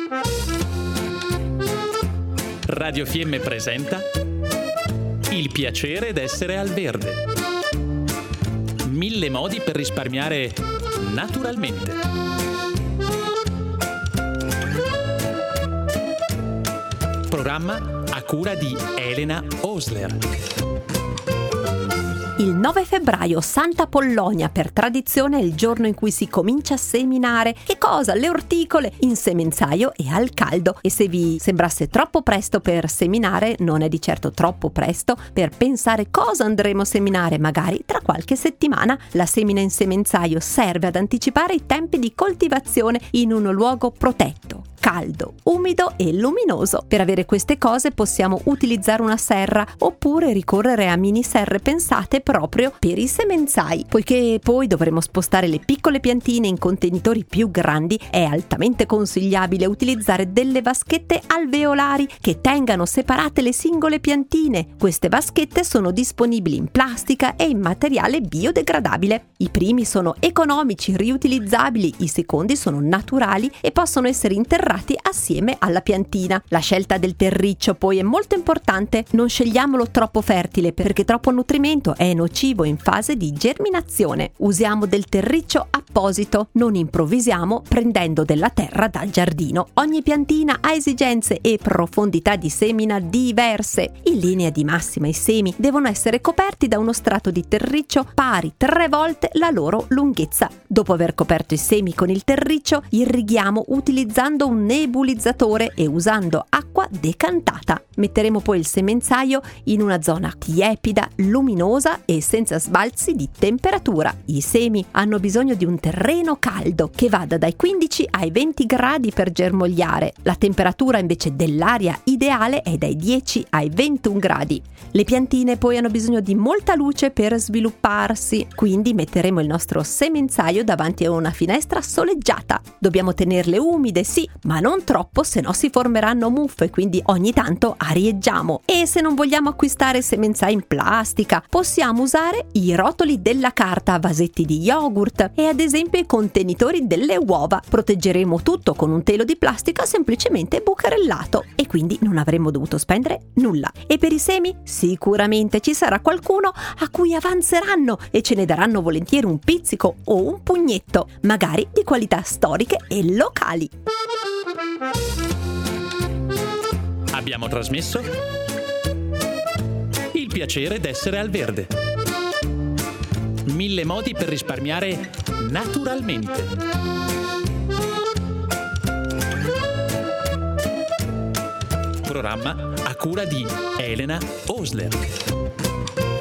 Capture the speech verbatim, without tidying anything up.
Radio Fiemme presenta Il piacere d'essere al verde. Mille modi per risparmiare naturalmente. Programma a cura di Elena Osler. Il nove febbraio, Santa Pollonia, per tradizione è il giorno in cui si comincia a seminare. Che cosa? Le orticole in semenzaio e al caldo. E se vi sembrasse troppo presto per seminare, non è di certo troppo presto per pensare cosa andremo a seminare magari tra qualche settimana. La semina in semenzaio serve ad anticipare i tempi di coltivazione in un luogo protetto, caldo, umido e luminoso. Per avere queste cose possiamo utilizzare una serra oppure ricorrere a mini serre pensate proprio per i semenzai. Poiché poi dovremo spostare le piccole piantine in contenitori più grandi, è altamente consigliabile utilizzare delle vaschette alveolari che tengano separate le singole piantine. Queste vaschette sono disponibili in plastica e in materiale biodegradabile. I primi sono economici, riutilizzabili, i secondi sono naturali e possono essere interrati assieme alla piantina. La scelta del terriccio poi è molto importante. Non scegliamolo troppo fertile perché troppo nutrimento è nocivo in fase di germinazione. Usiamo del terriccio apposito, non improvvisiamo prendendo della terra dal giardino. Ogni piantina ha esigenze e profondità di semina diverse. In linea di massima i semi devono essere coperti da uno strato di terriccio pari tre volte la loro lunghezza. Dopo aver coperto i semi con il terriccio, irrighiamo utilizzando un nebulizzatore e usando acqua decantata. Metteremo poi il semenzaio in una zona tiepida, luminosa e senza sbalzi di temperatura. I semi hanno bisogno di un terreno caldo che vada dai quindici ai venti gradi per germogliare. La temperatura invece dell'aria ideale è dai dieci ai ventuno gradi. Le piantine poi hanno bisogno di molta luce per svilupparsi, quindi metteremo il nostro semenzaio davanti a una finestra soleggiata. Dobbiamo tenerle umide, sì, ma non troppo, se no si formeranno muffe, quindi ogni tanto arieggiamo. E se non vogliamo acquistare semenzai in plastica, possiamo usare i rotoli della carta a vasetti di yogurt e ad esempio i contenitori delle uova. Proteggeremo tutto con un telo di plastica semplicemente bucarellato e quindi non avremo dovuto spendere nulla. E per i semi sicuramente ci sarà qualcuno a cui avanzeranno e ce ne daranno volentieri un pizzico o un pugnetto, magari di qualità storiche e locali. Abbiamo trasmesso Il piacere d'essere al verde. Mille modi per risparmiare naturalmente. Programma a cura di Elena Osler.